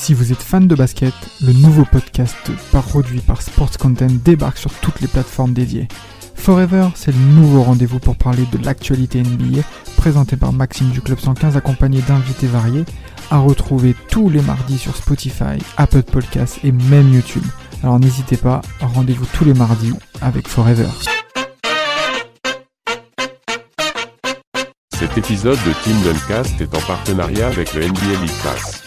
Si vous êtes fan de basket, le nouveau podcast produit par Sports Content débarque sur toutes les plateformes dédiées. Forever, c'est le nouveau rendez-vous pour parler de l'actualité NBA, présenté par Maxime du Club 115 accompagné d'invités variés, à retrouver tous les mardis sur Spotify, Apple Podcasts et même YouTube. Alors n'hésitez pas, rendez-vous tous les mardis avec Forever. Cet épisode de Team Duncast est en partenariat avec le NBA League Pass.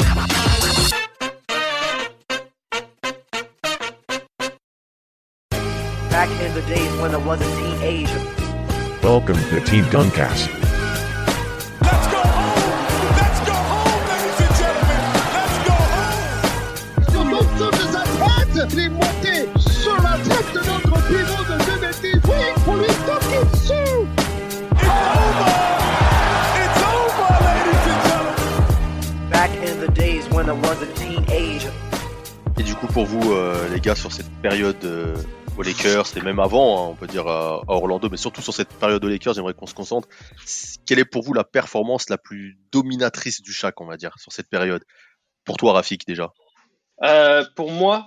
Back in the days when I was a teenager. Welcome to Team Duncast. Let's go home, ladies and gentlemen. Let's go home. Sur de sa tête, il est monté sur la tête de notre pivot de 2018 pour lui taper dessus. It's over, ladies and gentlemen. Back in the days when I was a teenager. Et du coup, pour vous, les gars, sur cette période aux Lakers, et même avant, on peut dire à Orlando, mais surtout sur cette période aux Lakers, j'aimerais qu'on se concentre. Quelle est pour vous la performance la plus dominatrice du Shaq, on va dire, sur cette période? Pour toi, Rafik, déjà. Pour moi,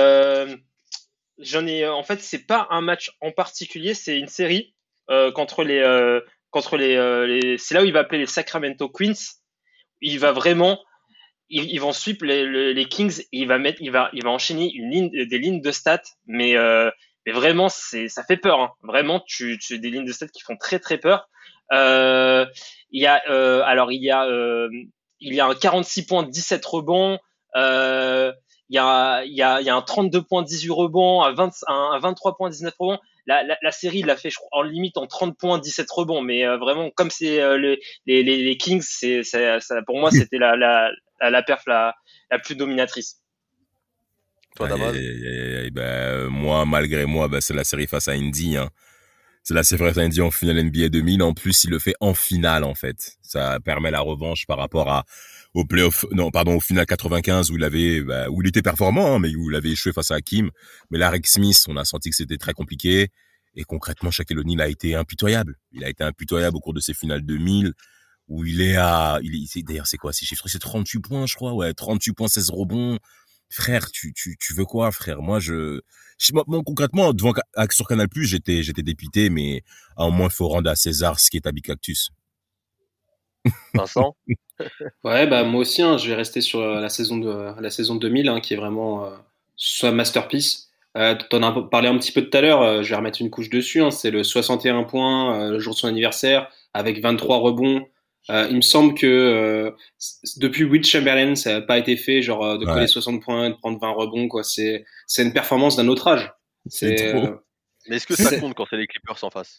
en fait, c'est pas un match en particulier, c'est une série contre les, c'est là où il va appeler les Sacramento Queens. Il va vraiment, ils vont sweep les Kings et il va enchaîner des lignes de stats, mais vraiment ça fait peur, hein. Vraiment, des lignes de stats qui font très très peur. Il y a un 46 points, 17 rebonds. Il y a un 32 points, 18 rebonds, un 23 points, 19 rebonds. La série, il l'a fait, je crois, en limite en 30 points, 17 rebonds. Mais vraiment, comme c'est les Kings, ça, pour moi, c'était la perf la plus dominatrice. Toi, Damas. Moi, malgré moi, c'est la série face à Indy. Hein. C'est la série face à Indy en finale NBA 2000. En plus, il le fait en finale, en fait. Ça permet la revanche par rapport au final 95 où il était performant, hein, mais où il avait échoué face à Hakim. Mais là, Rick Smith, on a senti que c'était très compliqué. Et concrètement, Shaquille O'Neal a été impitoyable. Il a été impitoyable au cours de ces finales 2000, où d'ailleurs, c'est quoi ces chiffres? C'est 38 points, je crois. Ouais, 38 points, 16 rebonds. Frère, tu veux quoi, frère? Moi, concrètement, sur Canal+, j'étais dépité, mais au moins, il faut rendre à César ce qui est à Bicactus. Vincent? Ouais, moi aussi, hein, je vais rester sur la saison 2000, hein, qui est vraiment sa masterpiece. T'en as parlé un petit peu tout à l'heure, je vais remettre une couche dessus, hein, c'est le 61 points, le jour de son anniversaire, avec 23 rebonds. Il me semble que depuis Will Chamberlain, ça n'a pas été fait, genre de coller 60 points, de prendre 20 rebonds, quoi. C'est une performance d'un autre âge. Mais est-ce que ça compte quand c'est les Clippers en face?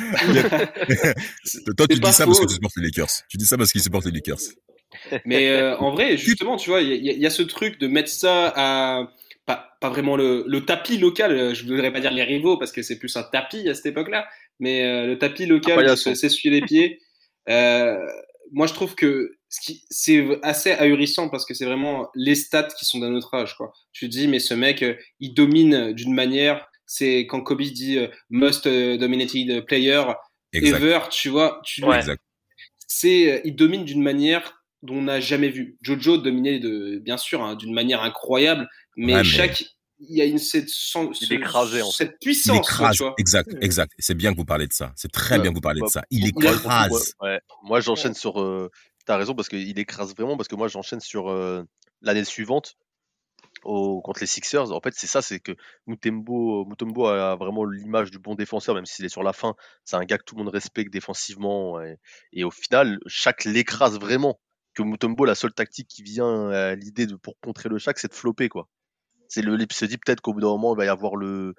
Toi, tu dis ça parce que tu supportes les Lakers. Tu dis ça parce qu'ils supportent les Lakers. Mais en vrai, justement, tu vois, il y a ce truc de mettre ça à pas vraiment le tapis local. Je voudrais pas dire les rivaux parce que c'est plus un tapis à cette époque-là, mais le tapis local, s'essuyer les pieds. Moi, je trouve que c'est assez ahurissant parce que c'est vraiment les stats qui sont d'un autre âge, quoi. Tu te dis, mais ce mec, il domine d'une manière. C'est quand Kobe dit most dominated player ever, tu vois. Il domine d'une manière dont on n'a jamais vu. Jojo dominait bien sûr, hein, d'une manière incroyable, mais il y a il écrasait, en fait. cette puissance. Il écrase, tu vois. Exact. C'est bien que vous parlez de ça. C'est très bien que vous parlez de ça. Il écrase. Ouais. Moi, j'enchaîne sur... T'as raison, parce qu'il écrase vraiment, parce que moi, j'enchaîne sur l'année suivante, contre les Sixers. En fait, c'est ça, c'est que Mutombo a vraiment l'image du bon défenseur, même s'il est sur la fin. C'est un gars que tout le monde respecte défensivement. Et au final, Shaq l'écrase vraiment. Que Mutombo, la seule tactique qui vient à l'idée pour contrer le Shaq, c'est de flopper, quoi. Il se dit peut-être qu'au bout d'un moment il va y avoir le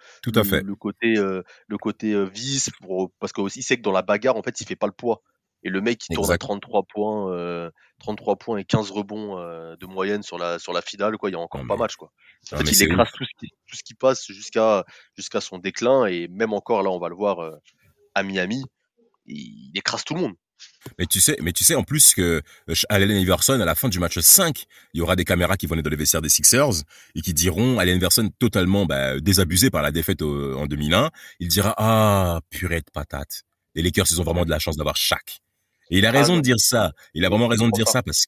côté vice parce qu'il sait que dans la bagarre en fait il fait pas le poids et le mec il tourne à 33 points et 15 rebonds de moyenne sur la finale, quoi. Il y a encore pas match, quoi. En fait, il écrase tout ce qui passe jusqu'à son déclin, et même encore là on va le voir à Miami, il écrase tout le monde. Mais tu sais en plus que Allen Iverson, à la fin du match 5, il y aura des caméras qui vont aller dans les vestiaires des Sixers et qui diront Allen Iverson totalement désabusé par la défaite en 2001. Il dira ah purée de patate. Les Lakers, ils ont vraiment de la chance d'avoir Shaq. Et il a raison de dire ça. Il a vraiment raison de dire ça parce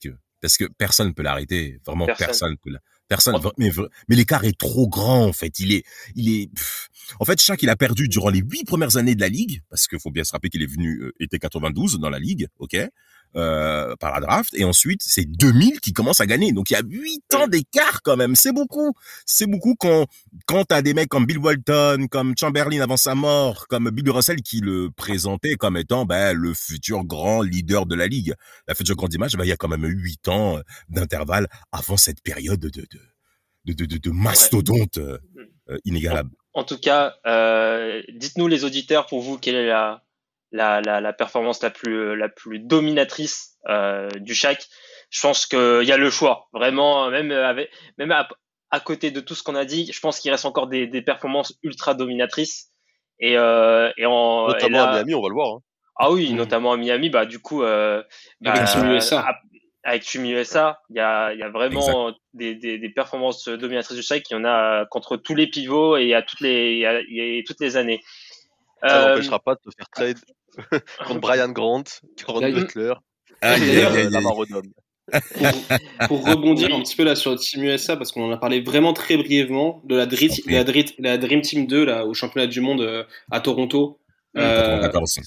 parce que personne ne peut l'arrêter. Vraiment, Personne. personne. Mais l'écart est trop grand, en fait. En fait, Shaq, il a perdu durant les 8 premières années de la ligue, parce qu'il faut bien se rappeler qu'il est venu, été 92 dans la ligue, ok? Par la draft, et ensuite c'est 2000 qui commence à gagner, donc il y a 8 ans d'écart quand même, c'est beaucoup quand t'as des mecs comme Bill Walton, comme Chamberlain avant sa mort, comme Bill Russell qui le présentait comme étant le futur grand leader de la ligue, la future grande image, il y a quand même 8 ans d'intervalle avant cette période de mastodonte inégalable. En tout cas, dites-nous les auditeurs, pour vous, quelle est la performance la plus dominatrice du Shaq. Je pense qu'il y a le choix, vraiment, même à côté de tout ce qu'on a dit, je pense qu'il reste encore des performances ultra dominatrices. Notamment à Miami, on va le voir. Hein. Ah oui, notamment à Miami, du coup, avec Team USA. Avec Team USA, il y a vraiment des performances dominatrices du Shaq. Il y en a contre tous les pivots et à toutes les années. Ça n'empêchera pas de te faire trade contre Brian Grant, Caron Butler, Lamar Odom. Pour rebondir un petit peu là sur Team USA, parce qu'on en a parlé vraiment très brièvement de la Dream Team 2 là, au championnat du monde à Toronto. 94.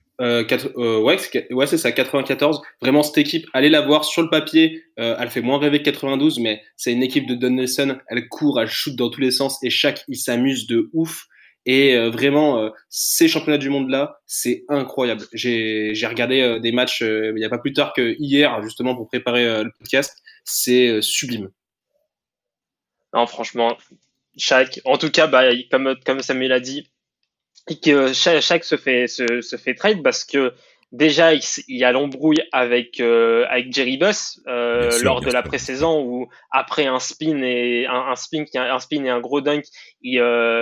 C'est ça, 94. Vraiment, cette équipe, allez la voir sur le papier. Elle fait moins rêver que 92, mais c'est une équipe de Don Nelson. Elle court, elle shoot dans tous les sens et Shaq, il s'amuse de ouf. Et vraiment, ces championnats du monde-là, c'est incroyable. J'ai regardé des matchs il n'y a pas plus tard que hier, justement, pour préparer le podcast. C'est sublime. Non, franchement, Shaq, en tout cas, comme Samuel a dit, que Shaq se fait trade parce que déjà il y a l'embrouille avec Jerry Buss lors de la pré-saison où après un spin et un gros dunk, il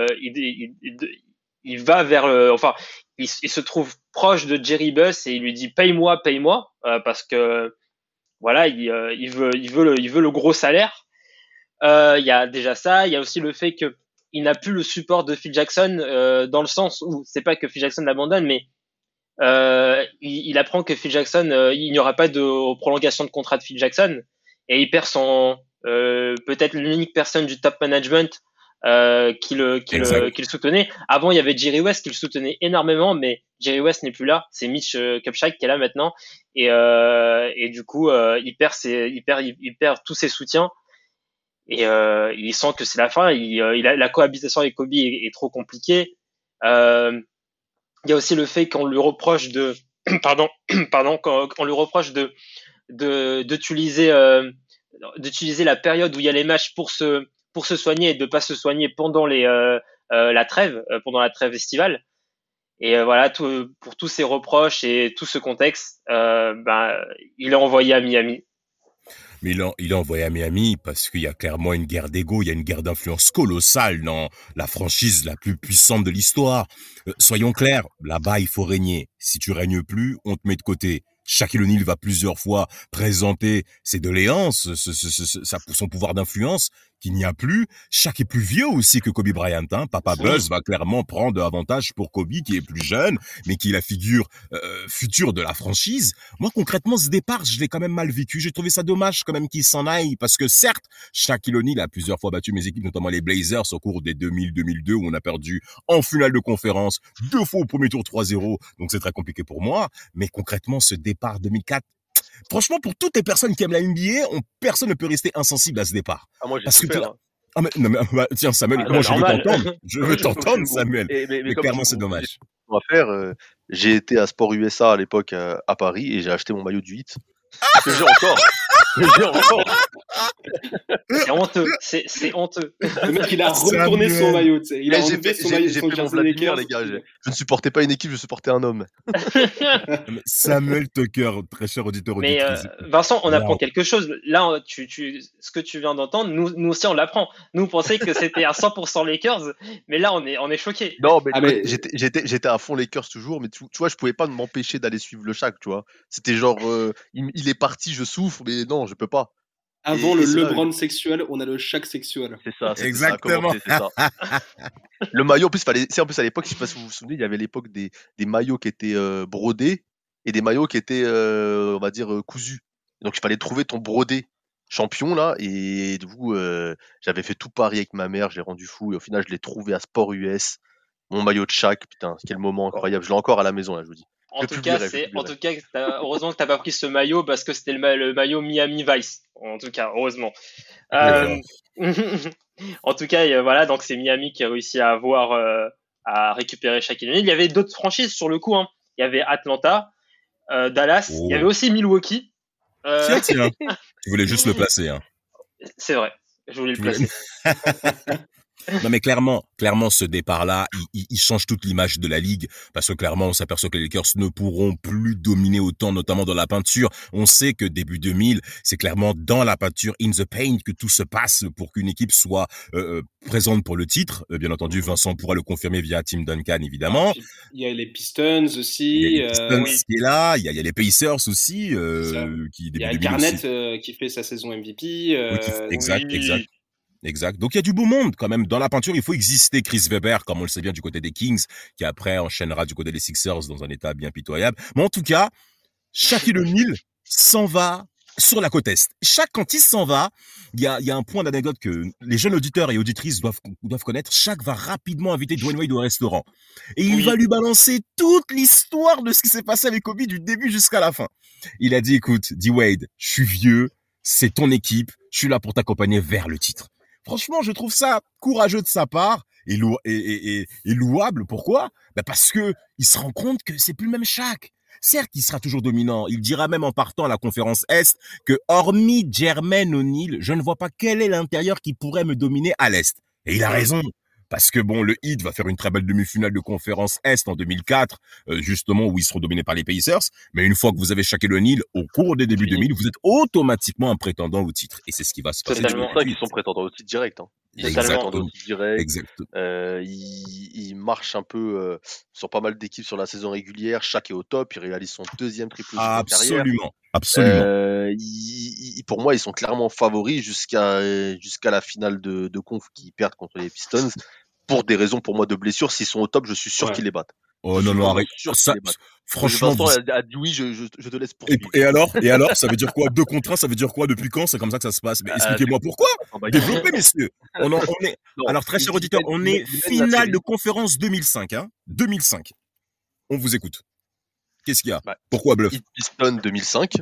va vers il se trouve proche de Jerry Buss et il lui dit paye-moi parce que voilà, il veut le gros salaire. Il y a déjà ça, il y a aussi le fait que il n'a plus le support de Phil Jackson dans le sens où c'est pas que Phil Jackson l'abandonne, mais il apprend que Phil Jackson, il n'y aura pas de prolongation de contrat de Phil Jackson et il perd son peut-être l'unique personne du top management qui le soutenait. Avant, il y avait Jerry West qui le soutenait énormément, mais Jerry West n'est plus là. C'est Mitch Kupchak qui est là maintenant et du coup, il perd tous ses soutiens. Et il sent que c'est la fin. La cohabitation avec Kobe est trop compliquée. Il y a aussi le fait qu'on lui reproche qu'on lui reproche d'utiliser la période où il y a les matchs pour se soigner et de pas se soigner pendant la trêve estivale. Et voilà, pour tous ces reproches et tout ce contexte, il est envoyé à Miami. Mais il est envoyé à Miami parce qu'il y a clairement une guerre d'ego, il y a une guerre d'influence colossale dans la franchise la plus puissante de l'histoire. Soyons clairs, là-bas, il faut régner. Si tu règnes plus, on te met de côté. Shaquille O'Neal va plusieurs fois présenter ses doléances, son pouvoir d'influence qu'il n'y a plus. Shaq est plus vieux aussi que Kobe Bryant. Papa Buzz va clairement prendre avantage pour Kobe qui est plus jeune, mais qui est la figure future de la franchise. Moi, concrètement, ce départ, je l'ai quand même mal vécu. J'ai trouvé ça dommage quand même qu'il s'en aille parce que certes, Shaquille O'Neal a plusieurs fois battu mes équipes, notamment les Blazers au cours des 2000-2002 où on a perdu en finale de conférence 2 fois au premier tour 3-0. Donc c'est très compliqué pour moi. Mais concrètement, ce départ 2004, franchement, pour toutes les personnes qui aiment la NBA, personne ne peut rester insensible à ce départ. Ah, moi, j'ai parce que souffert, tiens, Samuel, moi, je veux t'entendre. Je veux t'entendre, Samuel. Mais clairement, c'est dommage. On va faire. J'ai été à Sport USA à l'époque à Paris et j'ai acheté mon maillot du 8. Que j'ai encore. C'est honteux. C'est honteux. Le mec, il a retourné son maillot. Il a enlevé son maillot. J'ai pris mon Vladimir, les gars. Je ne supportais pas une équipe, je supportais un homme. Samuel Tucker, très cher auditeur. Mais Vincent, on apprend quelque chose. Là, ce que tu viens d'entendre, nous aussi on l'apprend. Nous on pensait que c'était à 100% Lakers, mais là on est choqués. Non, mais j'étais à fond Lakers toujours, mais tu vois, je pouvais pas m'empêcher d'aller suivre le Shaq, tu vois. C'était genre, il est parti, je souffre, mais non, je peux pas. Avant le LeBron sexuel, on a le Shaq sexuel. C'est ça. Exactement. Ça. Le maillot, en plus, à l'époque, je sais pas si vous vous souvenez, il y avait l'époque des maillots qui étaient brodés et des maillots qui étaient, on va dire, cousus. Donc il fallait trouver ton brodé champion là, et du coup j'avais fait tout Paris avec ma mère, j'ai rendu fou, et au final je l'ai trouvé à Sport US, mon maillot de Shaq, putain quel moment incroyable, je l'ai encore à la maison là, je vous dis. En tout cas, heureusement que t'as pas pris ce maillot parce que c'était le maillot Miami Vice. En tout cas, heureusement. En tout cas, voilà, donc c'est Miami qui a réussi à à récupérer Shaquille O'Neal. Il y avait d'autres franchises sur le coup, hein. Il y avait Atlanta, Dallas, il y avait aussi Milwaukee. Tiens. Tu voulais juste le placer, hein. C'est vrai, je voulais le placer. Non mais clairement ce départ-là, il change toute l'image de la ligue parce que clairement on s'aperçoit que les Lakers ne pourront plus dominer autant, notamment dans la peinture. On sait que début 2000, c'est clairement dans la peinture, in the paint, que tout se passe pour qu'une équipe soit présente pour le titre. Bien entendu, Vincent pourra le confirmer via Tim Duncan évidemment. Il y a les Pistons aussi. Il y a les Pistons qui est là, il y a les Pacers aussi qui début 2000 aussi. Il y a Garnett qui fait sa saison MVP. Exact. Donc il y a du beau monde quand même dans la peinture. Il faut exister. Chris Webber, comme on le sait bien du côté des Kings, qui après enchaînera du côté des Sixers dans un état bien pitoyable. Mais en tout cas, Shaquille O'Neal s'en va sur la côte est. Quand il s'en va, il y a un point d'anecdote que les jeunes auditeurs et auditrices doivent connaître. Shaq va rapidement inviter Dwayne Wade au restaurant et il va lui balancer toute l'histoire de ce qui s'est passé avec Kobe du début jusqu'à la fin. Il a dit, écoute, Wade, je suis vieux, c'est ton équipe, je suis là pour t'accompagner vers le titre. Franchement, je trouve ça courageux de sa part et louable. Pourquoi ? Parce que il se rend compte que c'est plus le même Shaq. Certes, il sera toujours dominant. Il dira même en partant à la conférence Est que hormis Jermaine O'Neal, je ne vois pas quel est l'intérieur qui pourrait me dominer à l'Est. Et il a raison. Parce que bon, le Heat va faire une très belle demi-finale de conférence Est en 2004, justement où ils seront dominés par les Pacers. Mais une fois que vous avez Shaquille O'Neal, au cours des débuts 2000, vous êtes automatiquement un prétendant au titre. Et c'est ce qui va se passer. C'est tellement ça qu'ils sont prétendants au titre direct. Hein. Exactement. Il marche un peu sur pas mal d'équipes sur la saison régulière. Shaq est au top. Il réalise son deuxième triple de carrière. Absolument. Pour moi, ils sont clairement favoris jusqu'à la finale de conf qu'ils perdent contre les Pistons. Pour des raisons pour moi de blessure, s'ils sont au top, je suis sûr qu'ils les battent. Oh non, arrête. Ça, franchement, Vincent a dit oui, je te laisse poursuivre. Et alors, ça veut dire quoi? 2 contre 1, ça veut dire quoi? Depuis quand c'est comme ça que ça se passe? Mais expliquez-moi pourquoi. Développez, messieurs. On est. Alors, très cher auditeur, on est finale de conférence 2005, hein. 2005. On vous écoute. Qu'est-ce qu'il y a? Pourquoi bluff? Heat Pistons 2005.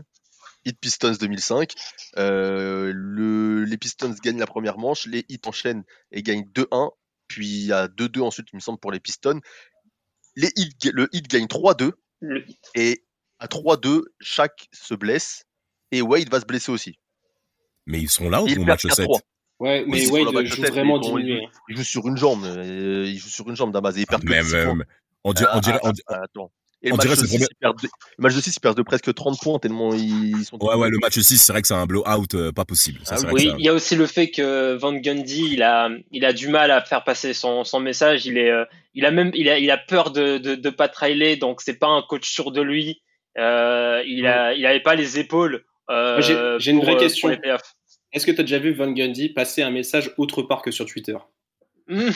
Les Pistons gagnent la première manche, les Heat enchaînent et gagnent 2-1, puis il y a 2-2 ensuite, il me semble, pour les Pistons. Le Heat gagne 3-2, et à 3-2, Shaq se blesse, et Wade va se blesser aussi. Mais ils sont là au match 7. Ouais, mais Wade joue vraiment diminué. Il joue sur une jambe, Damas, et il perd on dirait. Attends. Et le match de 6, ils perdent de presque 30 points tellement ils sont... Ouais, le match 6, c'est vrai que c'est un blowout pas possible. Il y a aussi le fait que Van Gundy, il a du mal à faire passer son message. Il a peur de Pat Riley, donc c'est pas un coach sûr de lui. Il avait pas les épaules. J'ai une vraie question. Est-ce que tu as déjà vu Van Gundy passer un message autre part que sur Twitter? Il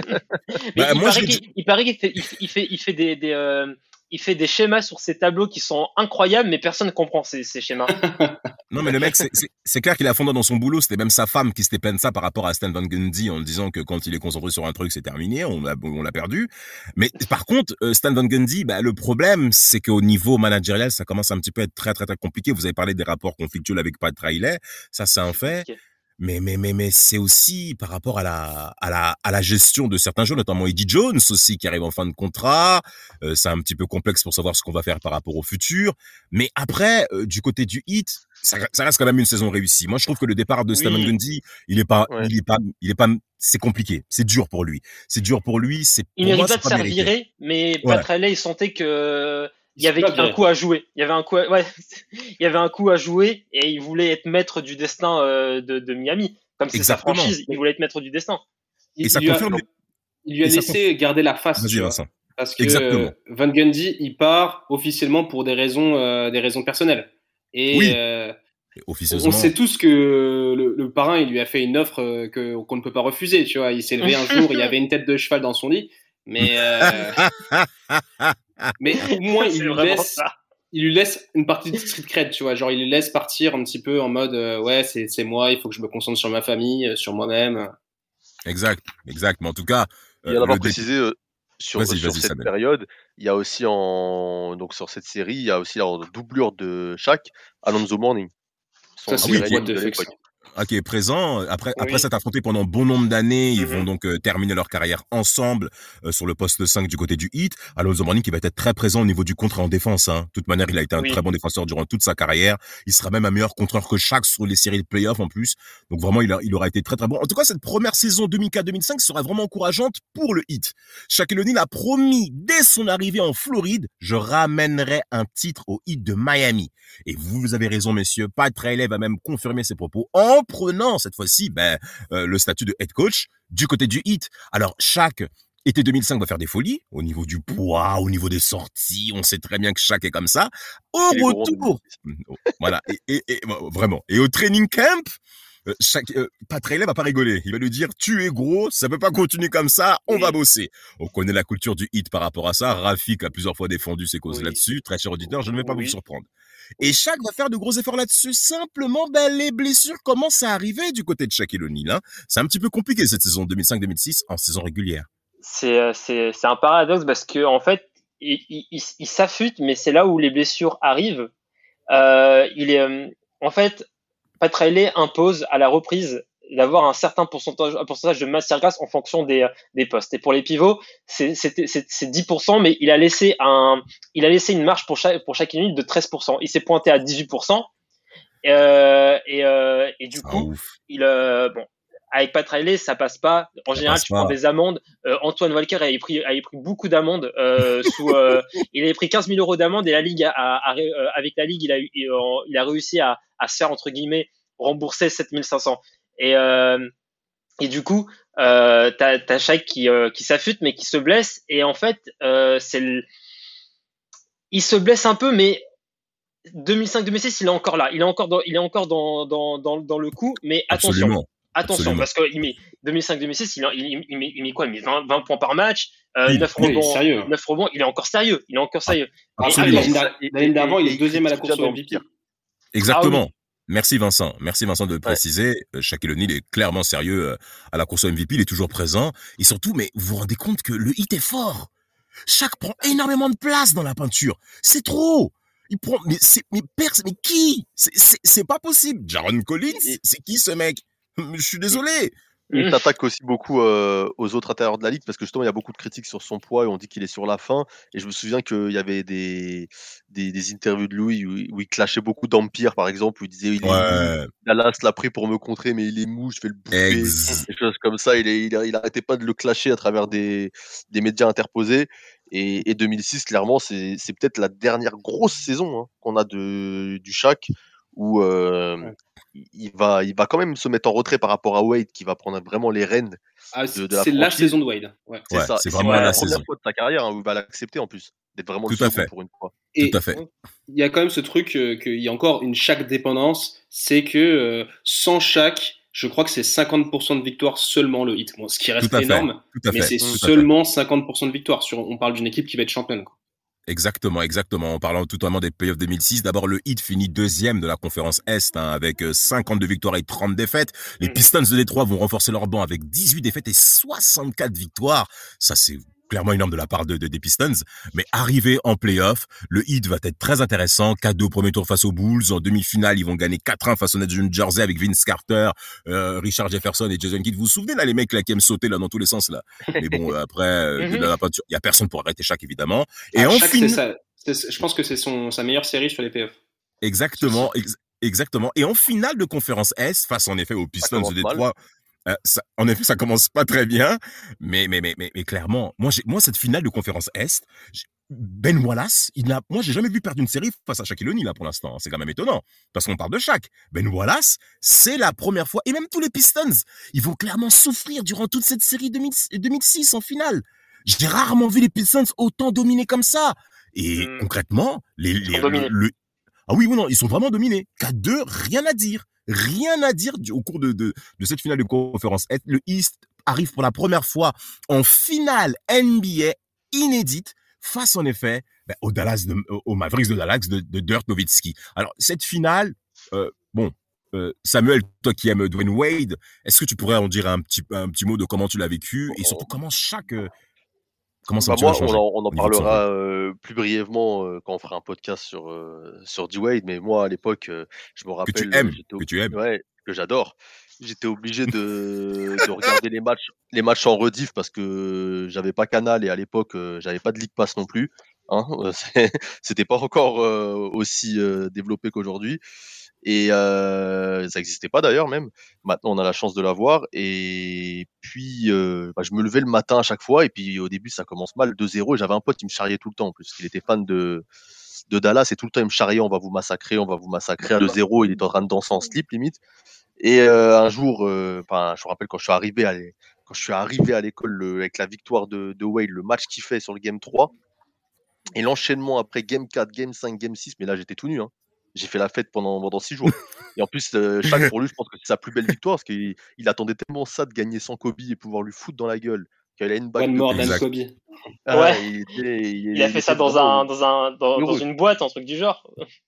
paraît qu'il fait des schémas sur ses tableaux qui sont incroyables, mais personne ne comprend ces schémas. Non, mais le mec, c'est clair qu'il a fondé dans son boulot. C'était même sa femme qui s'était peint ça par rapport à Stan Van Gundy en disant que quand il est concentré sur un truc, c'est terminé, on l'a perdu. Mais par contre, Stan Van Gundy, le problème, c'est qu'au niveau managérial, ça commence un petit peu à être très, très, très compliqué. Vous avez parlé des rapports conflictuels avec Pat Riley. Ça, c'est un fait. Okay. Mais c'est aussi par rapport à la gestion de certains joueurs, notamment Eddie Jones aussi qui arrive en fin de contrat. C'est un petit peu complexe pour savoir ce qu'on va faire par rapport au futur. Mais après, du côté du Heat, ça reste quand même une saison réussie. Moi, je trouve que le départ de Stan Van Gundy, il est pas, c'est compliqué. C'est dur pour lui. Il mérite pas de se faire virer, mais Pat Riley, il sentait que il y avait un coup à jouer. Il y avait un coup à jouer et il voulait être maître du destin de Miami. Comme c'est sa franchise, il voulait être maître du destin. Il lui a laissé garder la face. Parce que Van Gundy, il part officiellement pour des raisons personnelles. Et officieusement. On sait tous que le parrain, il lui a fait une offre qu'on ne peut pas refuser. Tu vois, il s'est levé un jour, il y avait une tête de cheval dans son lit, mais au moins il lui laisse il lui laisse une partie de street cred, tu vois. Genre, il lui laisse partir un petit peu en mode, ouais, c'est moi, il faut que je me concentre sur ma famille, sur moi-même. Exact. Mais en tout cas, Et on le va préciser sur Vas-y, cette Samuel. période, il y a aussi donc sur cette série, il y a aussi la doublure de Shaq, Alonzo Mourning. Ça, c'est vrai what de the fuck. l'époque. qui est présent. Après Oui. s'être affronté pendant bon nombre d'années, ils Mhm. vont donc terminer leur carrière ensemble sur le poste 5 du côté du Heat. Alonzo Mourning qui va être très présent au niveau du contre et en défense. Hein. De toute manière, il a été un Oui. très bon défenseur durant toute sa carrière. Il sera même un meilleur contreur que Shaq sur les séries de playoffs en plus. Donc vraiment, il aura été très très bon. En tout cas, cette première saison 2004-2005 sera vraiment encourageante pour le Heat. Shaquille O'Neal a promis dès son arrivée en Floride, je ramènerai un titre au Heat de Miami. Et vous avez raison, messieurs. Pat Riley va même confirmer ses propos en prenant cette fois-ci le statut de head coach du côté du Heat. Alors, Shaq, été 2005, va faire des folies au niveau du poids, au niveau des sorties. On sait très bien que Shaq est comme ça. Au Il est gros, retour, voilà, et vraiment. Et au training camp, Pat Riley va pas rigoler. Il va lui dire, tu es gros, ça peut pas continuer comme ça, on va bosser. On connaît la culture du Heat par rapport à ça. Rafik a plusieurs fois défendu ses causes là-dessus. Très cher auditeur, je ne vais pas vous surprendre. Et Shaq va faire de gros efforts là-dessus. Simplement, les blessures commencent à arriver du côté de Shaquille O'Neal. Hein. C'est un petit peu compliqué cette saison 2005-2006 en saison régulière. C'est un paradoxe parce que en fait, il s'affûte, mais c'est là où les blessures arrivent. En fait, Pat Riley impose à la reprise d'avoir un certain pourcentage de matière grasse en fonction des postes. Et pour les pivots, c'est 10%, mais il a laissé une marge pour chaque unité de 13%. Il s'est pointé à 18%. Et du coup, avec Pat Riley, ça passe pas. En général, tu prends des amendes. Antoine Walker avait pris beaucoup d'amendes. Il avait pris 15 000 € d'amende et la ligue avec la ligue, il a réussi à se faire entre guillemets rembourser 7 500. Et du coup, t'as Shaq qui s'affûte mais qui se blesse. Et en fait, il se blesse un peu, mais 2005-2006, il est encore là. Il est encore dans le coup. Mais attention. Absolument. Parce que 2005-2006, il met quoi? Il met 20 9 points par match, 9 rebonds. Il est encore sérieux. L'année d'avant, il est deuxième à la course au MVP. Exactement. Merci Vincent de le préciser. Shaquille O'Neal est clairement sérieux à la course au MVP. Il est toujours présent. Et surtout, mais vous vous rendez compte que le Heat est fort. Shaq prend énormément de place dans la peinture. C'est trop. Il prend, mais qui? C'est pas possible. Jaron Collins, c'est qui ce mec? Je suis désolé. Il s'attaque aussi beaucoup aux autres intérieurs de la ligue parce que justement il y a beaucoup de critiques sur son poids et on dit qu'il est sur la fin. Et je me souviens qu'il y avait des interviews de lui où il clashait beaucoup d'Empire par exemple, où il disait Dallas l'a pris pour me contrer mais il est mou, je vais le bouffer, des choses comme ça. Il arrêtait pas de le clasher à travers des médias interposés. Et 2006 clairement c'est peut-être la dernière grosse saison qu'on a du Shaq où il va quand même se mettre en retrait par rapport à Wade qui va prendre vraiment les rênes de la franchise. C'est la saison de Wade. C'est ça. C'est vraiment la première fois de sa carrière où il va l'accepter en plus d'être vraiment tout le à second fait pour une fois. Et tout à fait. Il y a quand même ce truc qu'il y a encore une Shaq dépendance, c'est que sans Shaq, je crois que c'est 50% de victoire seulement le Heat. Bon, ce qui reste énorme, mais c'est seulement 50% de victoire. On parle d'une équipe qui va être championne. Quoi. Exactement. En parlant totalement des playoffs 2006, d'abord le Heat finit deuxième de la conférence Est avec 52 victoires et 30 défaites. Les Pistons de Détroit vont renforcer leur banc avec 18 défaites et 64 victoires. Ça c'est clairement énorme de la part des Pistons, mais arrivé en play-off, le Heat va être très intéressant. 4-2 au premier tour face aux Bulls. En demi-finale, ils vont gagner 4-1 face aux Nets de New Jersey avec Vince Carter, Richard Jefferson et Jason Kidd. Vous vous souvenez là, les mecs là qui aiment sauter là dans tous les sens là. Mais bon, après, il y a personne pour arrêter Shaq évidemment. Et je pense que c'est sa meilleure série sur les playoffs. Exactement. Et en finale de conférence S, face en effet aux Pistons de Détroit. En effet, ça commence pas très bien, mais clairement, moi cette finale de conférence Est, Ben Wallace, moi j'ai jamais vu perdre une série face à Shaquille O'Neal là pour l'instant. C'est quand même étonnant parce qu'on parle de Shaq. Ben Wallace, c'est la première fois, et même tous les Pistons, ils vont clairement souffrir durant toute cette série 2006 en finale. J'ai rarement vu les Pistons autant dominés comme ça. Et concrètement, ah oui, non, ils sont vraiment dominés. 4-2, rien à dire. Rien à dire au cours de cette finale de conférence. Le East arrive pour la première fois en finale NBA inédite face en effet aux Mavericks de Dallas de Dirk Nowitzki. Alors, cette finale, Samuel, toi qui aimes Dwayne Wade, est-ce que tu pourrais en dire un petit mot de comment tu l'as vécu et surtout comment ça moi, on en parlera plus brièvement quand on fera un podcast sur D-Wade, mais moi à l'époque, je me rappelle que tu aimes, ouais, que j'adore. J'étais obligé de regarder les matchs en rediff parce que j'avais pas Canal et à l'époque j'avais pas de League Pass non plus. Hein, c'était pas encore aussi développé qu'aujourd'hui. Et ça n'existait pas d'ailleurs même. Maintenant, on a la chance de l'avoir. Et puis, je me levais le matin à chaque fois. Et puis, au début, ça commence mal, 2-0. Et j'avais un pote qui me charriait tout le temps en plus. Il était fan de Dallas et tout le temps, il me charriait, on va vous massacrer. À 2-0, il était en train de danser en slip limite. Et un jour, je me rappelle quand je suis arrivé à l'école avec la victoire de Wade, le match qu'il fait sur le Game 3 et l'enchaînement après Game 4, Game 5, Game 6. Mais là, j'étais tout nu. Hein. J'ai fait la fête pendant 6 jours. Et en plus, Shaq, pour lui, je pense que c'est sa plus belle victoire parce qu'il attendait tellement ça de gagner sans Kobe et pouvoir lui foutre dans la gueule. Qu'il a une bague One more than Kobe. Ouais. Il a fait ça dans une boîte, un truc du genre.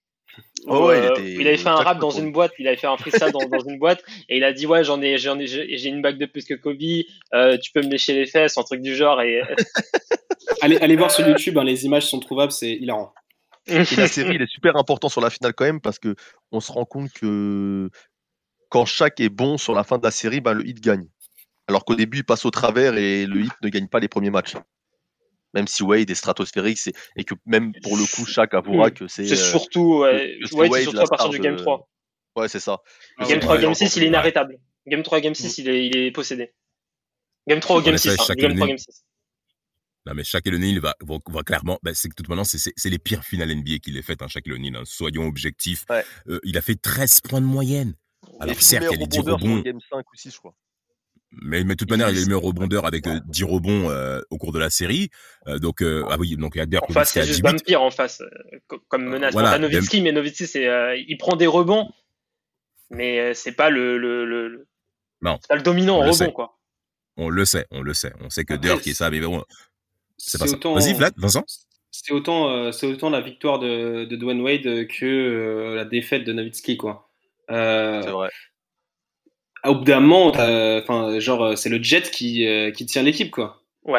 Il avait fait un rap dans une boîte, il avait fait un freestyle dans une boîte et il a dit ouais j'ai une bague de plus que Kobe, tu peux me lécher les fesses, un truc du genre. Et allez voir sur YouTube, hein, les images sont trouvables, c'est hilarant. Et la série, il est super important sur la finale quand même parce que on se rend compte que quand Shaq est bon sur la fin de la série, le Heat gagne. Alors qu'au début, il passe au travers et le Heat ne gagne pas les premiers matchs. Même si Wade est stratosphérique, et que même pour le coup, Shaq avouera que c'est. C'est surtout, Wade, c'est surtout à partir du Game 3. Ouais, c'est ça. Game 3, Game 6, il est inarrêtable. Game 3, Game 6, il est possédé. Game 3 ou Game 6. Game 3, Game 6. Non, mais Shaquille O'Neal va clairement, c'est que tout maintenant, c'est les pires finales NBA qu'il ait faites, hein, Shaquille O'Neal, hein, soyons objectifs. Ouais. Il a fait 13 points de moyenne. Alors, certes, il y a les 10 rebonds. Game 5 ou 6, je crois. Mais de toute manière, il est le meilleur rebondeur avec 10 rebonds au cours de la série. Donc il y a Dirk en face, c'est juste Vampire en face, comme menace. Voilà, Nowitzki, mais Nowitzki, il prend des rebonds, mais c'est pas non, c'est pas le dominant en rebond, quoi. On le sait. On sait que Dirk est ça, mais bon, c'est pas ça. Vas-y, Vlad, Vincent. C'est autant la victoire de Dwayne Wade que la défaite de Nowitzki, quoi. C'est vrai. Au bout d'un moment, c'est le Jet qui tient l'équipe, quoi. Ouais.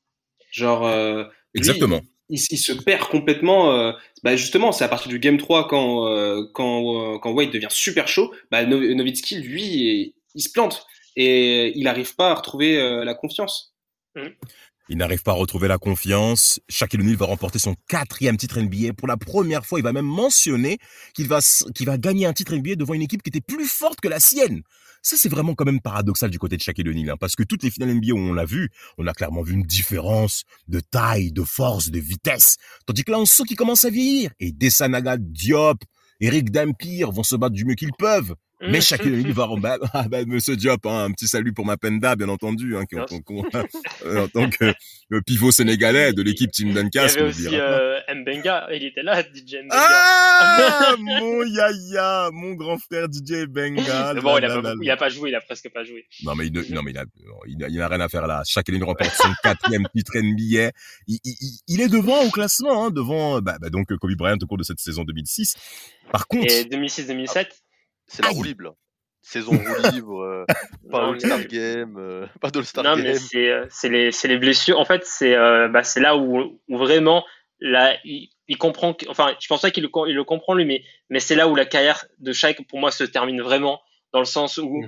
Exactement. Lui, il se perd complètement. Justement, c'est à partir du Game 3 quand Wade devient super chaud, Nowitzki, lui, il se plante et il n'arrive pas à retrouver la confiance. Il n'arrive pas à retrouver la confiance. Shaquille O'Neal va remporter son 4e titre NBA. Pour la première fois, il va même mentionner qu'il va gagner un titre NBA devant une équipe qui était plus forte que la sienne. Ça, c'est vraiment quand même paradoxal du côté de Shaquille O'Neal, hein, parce que toutes les finales NBA où on l'a vu, on a clairement vu une différence de taille, de force, de vitesse. Tandis que là, on sent qu'il commence à vieillir. Et Desanaga, Diop, Eric Dampier vont se battre du mieux qu'ils peuvent. Mais Shaquille O'Neal va rebattre. Monsieur Diop, hein, un petit salut pour Mapenda, bien entendu, hein, en tant que pivot sénégalais de l'équipe Team Duncan. Il y avait aussi Mbenga, il était là, DJ Mbenga. Ah, mon yaya, mon grand frère DJ Mbenga. Bon, il a pas joué, il a presque pas joué. Non, mais il n'a rien à faire là. Shaquille O'Neal remporte son 4e titre NBA. Il est devant au classement, hein, devant donc Kobe Bryant au cours de cette saison 2006. Par contre. Et 2006-2007. C'est la roue libre. Saison roue libre, pas All-Star Game, pas d'All-Star Game. Non, mais c'est les blessures. En fait, c'est là où vraiment, là, il comprend, je pense pas qu'il le comprend lui, mais c'est là où la carrière de Shaq, pour moi, se termine vraiment, dans le sens où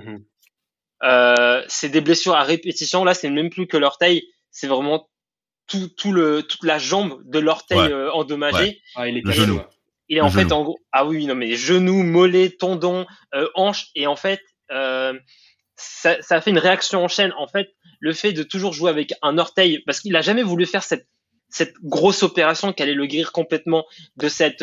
c'est des blessures à répétition. Là, c'est même plus que l'orteil, c'est vraiment toute la jambe de l'orteil endommagée. Ouais. Ah, il est genou. Il est en fait en gros, genoux, mollets, tendons, hanches, et en fait, ça a fait une réaction en chaîne. En fait, le fait de toujours jouer avec un orteil, parce qu'il a jamais voulu faire cette grosse opération qui allait le guérir complètement de cette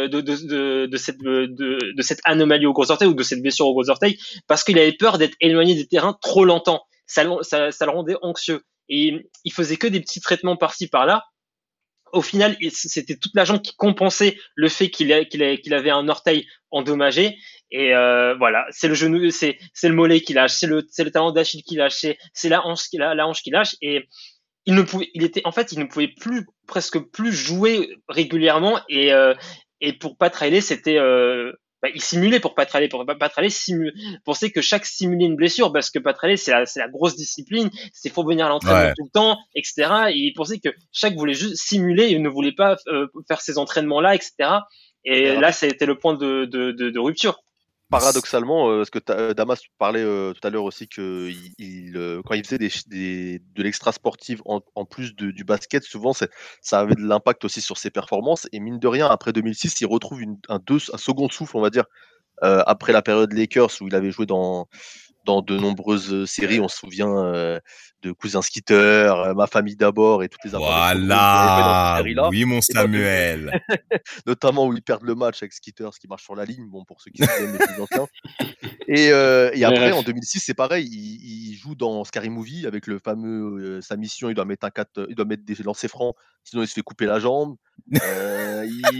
anomalie au gros orteil ou de cette blessure au gros orteil, parce qu'il avait peur d'être éloigné des terrains trop longtemps. Ça le rendait anxieux, et il faisait que des petits traitements par-ci par-là. Au final, c'était toute la jambe qui compensait le fait qu'il avait un orteil endommagé. Et voilà, c'est le genou, c'est le mollet qui lâche, c'est le talon d'Achille qui lâche, c'est la hanche qui lâche. Et il ne pouvait plus presque plus jouer régulièrement et pour Pat Riley, c'était il simulait pour Pat Riley. Pour Pat Riley, pensait que chaque simulait une blessure parce que Pat Riley, c'est la grosse discipline. C'est faut venir à l'entraînement tout le temps, etc. Et il pensait que chaque voulait juste simuler et ne voulait pas faire ces entraînements-là, etc. Et là, c'était le point de rupture. Paradoxalement, parce que Damas parlait tout à l'heure aussi que quand il faisait de l'extra sportif en plus du basket, souvent ça avait de l'impact aussi sur ses performances. Et mine de rien, après 2006, il retrouve un second souffle, on va dire, après la période Lakers où il avait joué dans de nombreuses séries. On se souvient de Cousin Skitter, Ma famille d'abord et toutes les Voilà, oui mon Samuel. Notamment où ils perdent le match avec Skitter, ce qui marche sur la ligne, bon pour ceux qui se souviennent les plus anciens. Et après en 2006 c'est pareil, il joue dans Scary Movie avec le fameux sa mission, il doit mettre il doit mettre des lancers francs, sinon il se fait couper la jambe. En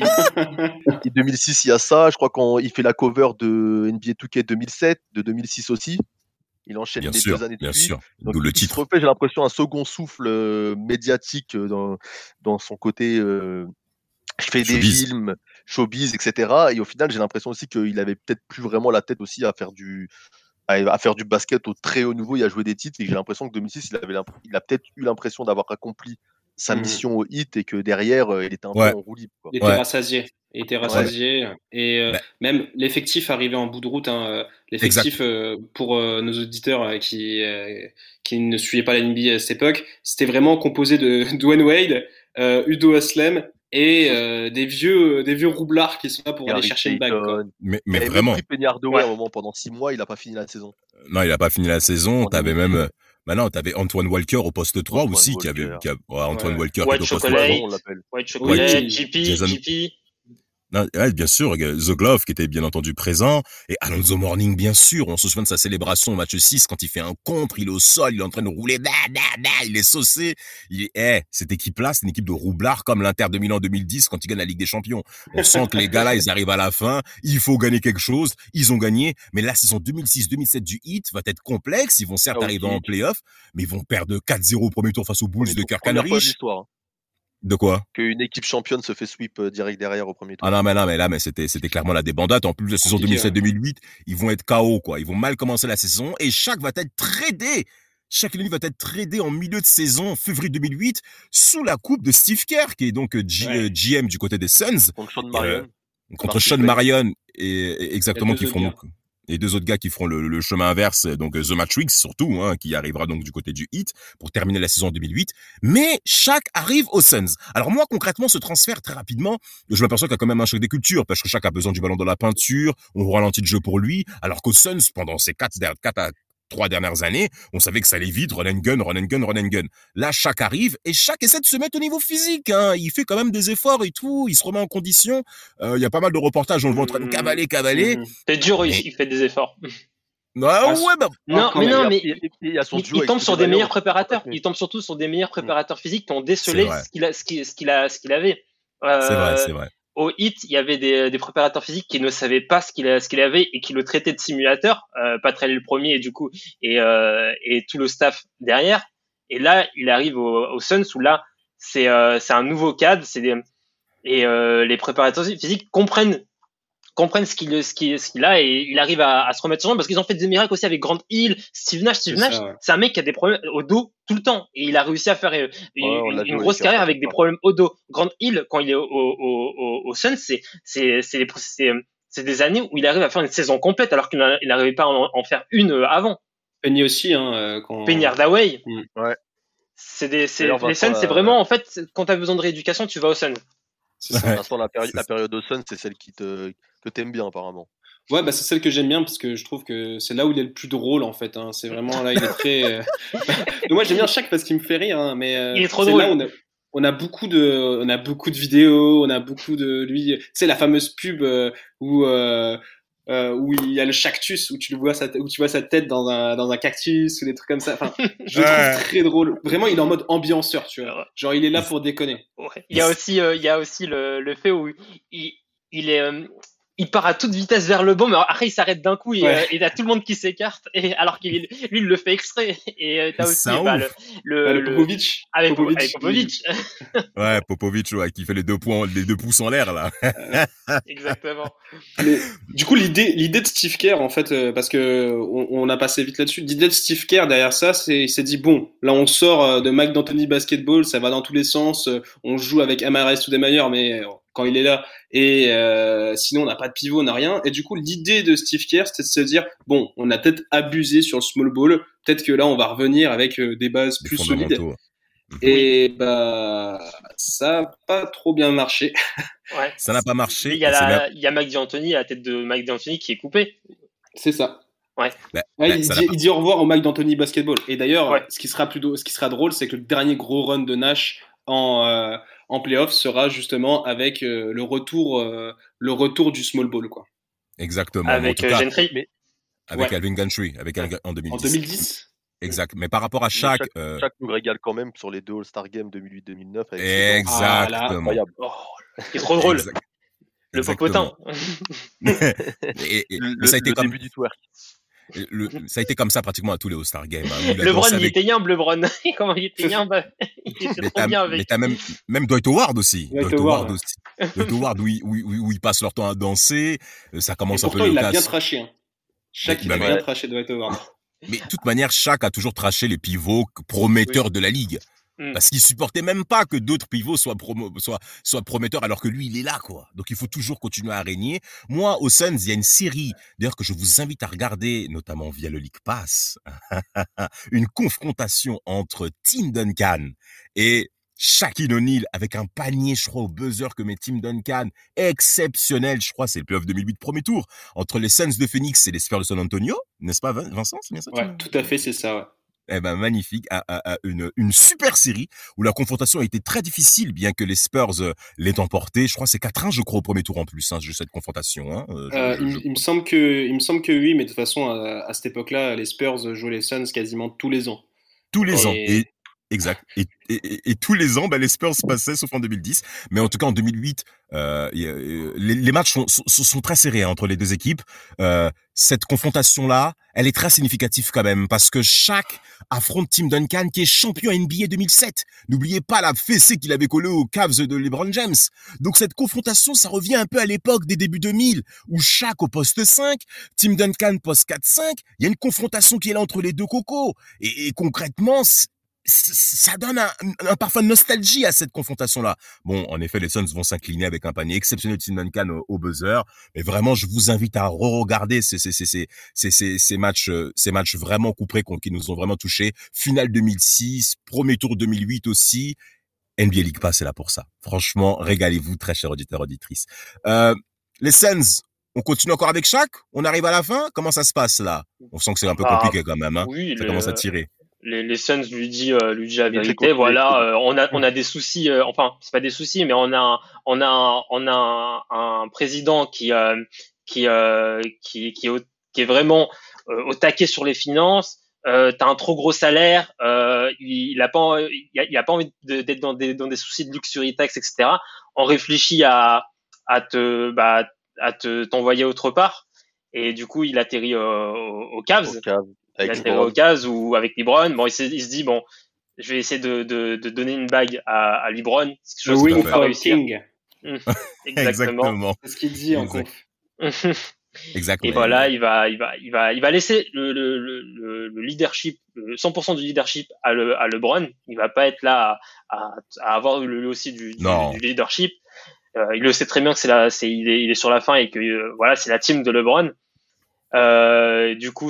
2006 il y a ça, je crois qu'il fait la cover de NBA 2K 2007, de 2006 aussi. Il enchaîne les 2 années de suite. Donc, d'où le titre. Il se refait, j'ai l'impression, un second souffle médiatique dans son côté. Je fais des films, showbiz, etc. Et au final, j'ai l'impression aussi qu'il avait peut-être plus vraiment la tête aussi à faire du basket au très haut niveau. Il a joué des titres et j'ai l'impression que 2006, il a peut-être eu l'impression d'avoir accompli sa mission au hit et que derrière, il était un peu en roue libre. Il était rassasié. Et même l'effectif arrivait en bout de route. L'effectif, pour nos auditeurs qui ne suivaient pas la NBA à cette époque, c'était vraiment composé de Dwayne Wade, Udo Haslem et des vieux roublards qui sont là pour aller chercher une bague. Quoi. Mais vraiment. Peña Hardaway à un moment pendant 6 mois, il n'a pas fini la saison. Non, il n'a pas fini la saison. T'avais même. Maintenant, t'avais Antoine Walker au poste 3 aussi, Antoine Walker White au poste 3. 3. White Chocolate, JP. Non, bien sûr, The Glove qui était bien entendu présent, et Alonzo Mourning bien sûr, on se souvient de sa célébration au match 6 quand il fait un contre, il est au sol, il est en train de rouler, il est saucé, cette équipe-là, c'est une équipe de roublards comme l'Inter de Milan 2010 quand ils gagnent la Ligue des Champions. On sent que les gars-là, ils arrivent à la fin, il faut gagner quelque chose, ils ont gagné, mais la saison 2006-2007 du Heat va être complexe, ils vont certes arriver en play-off, mais ils vont perdre 4-0 au premier tour face aux Bulls de Kirk Henry. De quoi? Qu'une équipe championne se fait sweep direct derrière au premier tour. Ah non, mais c'était clairement la débandade. En plus, la saison 2007-2008, ils vont être KO, quoi. Ils vont mal commencer la saison et chaque va être tradé. Chaque année va être tradé en milieu de saison, février 2008, sous la coupe de Steve Kerr, qui est donc GM du côté des Suns. Contre Sean Marion. Et exactement, qui feront et 2 autres gars qui feront le chemin inverse, donc The Matrix surtout, qui arrivera donc du côté du Heat pour terminer la saison 2008. Mais Shaq arrive aux Suns. Alors moi, concrètement, ce transfert, très rapidement, je m'aperçois qu'il y a quand même un choc des cultures, parce que Shaq a besoin du ballon dans la peinture, on ralentit le jeu pour lui, alors qu'aux Suns, pendant ces 4 à 3 dernières années, on savait que ça allait vite, run and gun. Là, Shaq arrive, et Shaq essaie de se mettre au niveau physique, Il fait quand même des efforts et tout, il se remet en condition. Il y a pas mal de reportages, on le voit en train de cavaler. C'est dur, il fait des efforts. Mais il tombe sur des meilleurs préparateurs. Il tombe surtout sur des meilleurs préparateurs physiques qui ont décelé ce qu'il avait. C'est vrai. Au Heat, il y avait des préparateurs physiques qui ne savaient pas ce qu'il avait et qui le traitaient de simulateur. Pat Riley le premier et du coup et tout le staff derrière. Et là, il arrive au Suns où là c'est un nouveau cadre. Les préparateurs physiques comprennent ce qu'il a et il arrive à se remettre sur jambes parce qu'ils ont fait des miracles aussi avec Grant Hill, Steve Nash, c'est un mec qui a des problèmes au dos tout le temps et il a réussi à faire une grosse carrière avec des problèmes au dos. Grant Hill, quand il est au Suns, c'est des années où il arrive à faire une saison complète alors qu'il n'arrivait pas à en faire une avant. Penny aussi, Penny Hardaway. Ouais. Les Suns, c'est vraiment en fait quand t'as besoin de rééducation, tu vas aux Suns. C'est ça. La période au Suns, c'est celle que t'aimes bien apparemment. Ouais, c'est celle que j'aime bien parce que je trouve que c'est là où il est le plus drôle en fait. C'est vraiment là, il est très. Moi, j'aime bien Shaq parce qu'il me fait rire, mais il est trop drôle. Là où on a beaucoup de vidéos, on a beaucoup de lui. Tu sais, la fameuse pub où il y a le Shaqtus où tu vois sa tête dans un cactus ou des trucs comme ça. Enfin, je le trouve très drôle. Vraiment, il est en mode ambianceur, tu vois. Genre, il est là pour déconner. Ouais. Il y a aussi le fait où il est il part à toute vitesse vers le banc, mais après il s'arrête d'un coup et Ouais. et t'as tout le monde qui s'écarte, et alors lui il le fait exprès. Et t'as aussi C'est un bah, ouf. Le Popovic. avec Popovic. Popovic. Ouais, Popovic, ouais, qui fait les 2 pouces en l'air, là. Exactement. Mais, du coup, l'idée de Steve Kerr, en fait, parce que on a passé vite là-dessus, l'idée de Steve Kerr derrière ça, il s'est dit bon, là on sort de Mike D'Antoni basketball, ça va dans tous les sens, on joue avec Amares Stoudemire, mais quand il est là, et sinon on n'a pas de pivot, on n'a rien. Et du coup, l'idée de Steve Kerr, c'était de se dire bon, on a peut-être abusé sur le small ball, peut-être que là on va revenir avec des bases Les plus solides. fondamentaux. Et bah ça a pas trop bien marché. Ouais. Ça n'a pas marché. Il y a Mike D'Antoni à la tête de Mike D'Antoni qui est coupé. C'est ça. Ouais. Il dit au revoir au Mike D'Antoni basketball. Et d'ailleurs, Ouais. ce qui sera drôle, c'est que le dernier gros run de Nash en playoff sera justement avec le retour du small ball, quoi. Exactement. Avec en tout cas, Gentry. avec Ouais. Alvin Gentry, en 2010. En 2010. Exact. Mais par rapport à Shaq, Shaq nous régale quand même sur les 2 All-Star Games 2008-2009. Avec exactement. incroyable. Oh, c'est trop drôle. Exact- Le exactement. popotin. et Le, ça a été le comme début du twerk. ça a été comme ça pratiquement à tous les All-Star Games. Hein, où il a LeBron, dansé il avec- était yambe, LeBron. Comment il était yambe. Il était Mais trop t'as, bien mais avec. t'as même Dwight Howard aussi. Dwight Howard, aussi. Dwight Howard où ils passent leur temps à danser. Ça Et commence un peu pourtant, le il a casse. bien traché. Hein. Shaq, il a Mais- bien traché Dwight Howard. Mais de toute manière, Shaq a toujours traché les pivots prometteurs de la ligue. Mm. Parce qu'il supportait même pas que d'autres pivots soient prometteurs alors que lui, il est là, quoi. Donc, il faut toujours continuer à régner. Moi, aux Suns, il y a une série, d'ailleurs, que je vous invite à regarder, notamment via le League Pass. Une confrontation entre Tim Duncan et Shaquille O'Neal avec un panier, je crois, au buzzer que met Tim Duncan. Exceptionnel, je crois, c'est le playoff 2008 premier tour. Entre les Suns de Phoenix et les Spurs de San Antonio. N'est-ce pas, Vincent? C'est bien ça? Ouais, tout à fait, c'est ça, ouais. Eh ben, magnifique. Une super série où la confrontation a été très difficile, bien que les Spurs l'aient emporté. Je crois que c'est 4-1, je crois, au premier tour en plus, hein, cette confrontation. Hein. Il me semble que oui, mais de toute façon, à cette époque-là, les Spurs jouaient les Suns quasiment tous les ans. Tous les ans. Et- Exact. Et tous les ans, les Spurs passaient, sauf en 2010. Mais en tout cas, en 2008, les matchs sont très serrés hein, entre les deux équipes. Cette confrontation-là, elle est très significative quand même, parce que Shaq affronte Tim Duncan, qui est champion NBA 2007. N'oubliez pas la fessée qu'il avait collée aux Cavs de LeBron James. Donc cette confrontation, ça revient un peu à l'époque des débuts 2000, où Shaq au poste 5, Tim Duncan poste 4-5. Il y a une confrontation qui est là entre les deux cocos. Et concrètement, ça donne un parfum de nostalgie à cette confrontation-là. Bon, en effet, les Suns vont s'incliner avec un panier exceptionnel de Tim Duncan au buzzer. Mais vraiment, je vous invite à re-regarder ces matchs vraiment couperés qui nous ont vraiment touchés. Finale 2006, premier tour 2008 aussi. NBA League Pass est là pour ça. Franchement, régalez-vous, très chers auditeurs, auditrices. Les Suns, on continue encore avec Shaq? On arrive à la fin? Comment ça se passe là? On sent que c'est un peu compliqué quand même. Hein. Oui, ça commence à tirer. Les Suns lui dit la vérité. Voilà, on a des soucis. Enfin, c'est pas des soucis, mais on a un président qui est vraiment au taquet sur les finances. T'as un trop gros salaire. Il a pas envie d'être dans des soucis de luxury tax, etc. On réfléchit à t'envoyer autre part. Et du coup, il atterrit aux Cavs. Il atterrit aux Cavs ou avec LeBron. Bon, il se dit bon, je vais essayer de donner une bague à LeBron. Le ring for a king. Exactement. C'est ce qu'il dit en conf. Exactement. Et voilà, il va laisser le leadership, 100% du leadership à LeBron. Il va pas être là à avoir lui aussi du leadership. Il le sait très bien que il est sur la fin et que voilà, c'est la team de LeBron. Du coup,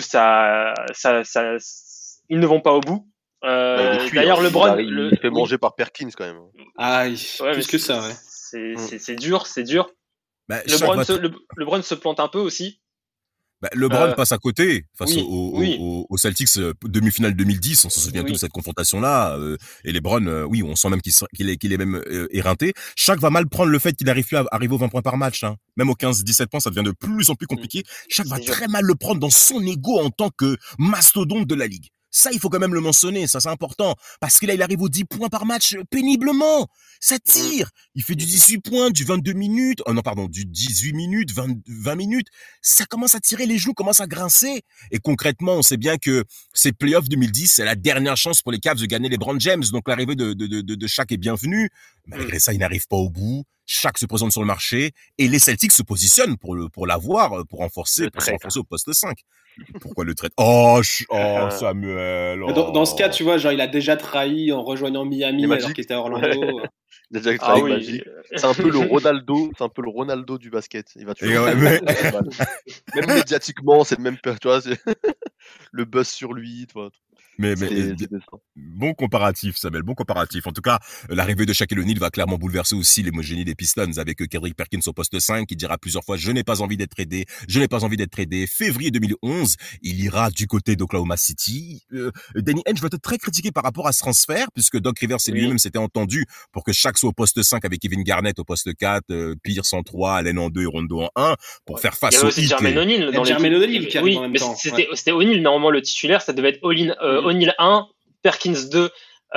ils ne vont pas au bout. D'ailleurs, LeBron, il fait manger par Perkins quand même. Ah, plus que ça, ouais. C'est dur. Bah, LeBron se plante un peu aussi. Bah, LeBron passe à côté face aux Celtics demi-finale 2010, on se souvient tous de cette confrontation-là. Et LeBron, on sent même qu'il est même éreinté. Shaq va mal prendre le fait qu'il n'arrive plus à arriver aux 20 points par match. Hein. Même aux 15-17 points, ça devient de plus en plus compliqué. Shaq va très mal le prendre dans son ego en tant que mastodonte de la ligue. Ça, il faut quand même le mentionner, ça c'est important. Parce que là, il arrive aux 10 points par match péniblement. Ça tire. Il fait du 18 points, du 22 minutes. Oh non, pardon, du 18 minutes, 20 minutes. Ça commence à tirer, les genoux commencent à grincer. Et concrètement, on sait bien que ces playoffs 2010, c'est la dernière chance pour les Cavs de gagner les LeBron James. Donc l'arrivée de Shaq est bienvenue. Malgré ça, il n'arrive pas au bout. Shaq se présente sur le marché et les Celtics se positionnent pour l'avoir, pour renforcer au poste 5. Pourquoi le trade? Samuel. Dans ce cas, tu vois, genre, il a déjà trahi en rejoignant Miami alors qu'il était à Orlando. Ouais. Il a déjà trahi Magic. C'est un peu le Ronaldo du basket. Il va toujours même médiatiquement, c'est le même, tu vois, c'est le buzz sur lui, tu vois. Mais bon comparatif, Samuel, bon comparatif. En tout cas, l'arrivée de Shaquille O'Neal va clairement bouleverser aussi l'homogénéité des Pistons avec Kendrick Perkins au poste 5 qui dira plusieurs fois je n'ai pas envie d'être tradé. Février 2011, il ira du côté d'Oklahoma City. Danny Ainge va être très critiqué par rapport à ce transfert puisque Doc Rivers et lui-même s'étaient entendus pour que Shaq soit au poste 5 avec Kevin Garnett au poste 4, Pierce en 3, Allen en 2 et Rondo en 1 pour faire face au Heat. Jermaine O'Neal dans Jermaine O'Neal qui arrive en même mais temps. C'était O'Neal normalement le titulaire, ça devait être O'Neal 1, Perkins 2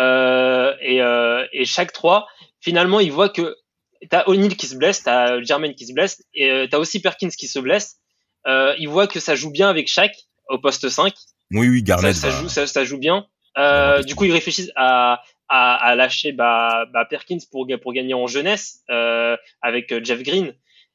et Shaq 3. Finalement, il voit que t'as O'Neal qui se blesse, t'as Jermaine qui se blesse et t'as aussi Perkins qui se blesse. Il voit que ça joue bien avec Shaq au poste 5. Oui, Garnett. Ça joue bien. Du coup, ils réfléchissent à lâcher Perkins pour gagner en jeunesse avec Jeff Green.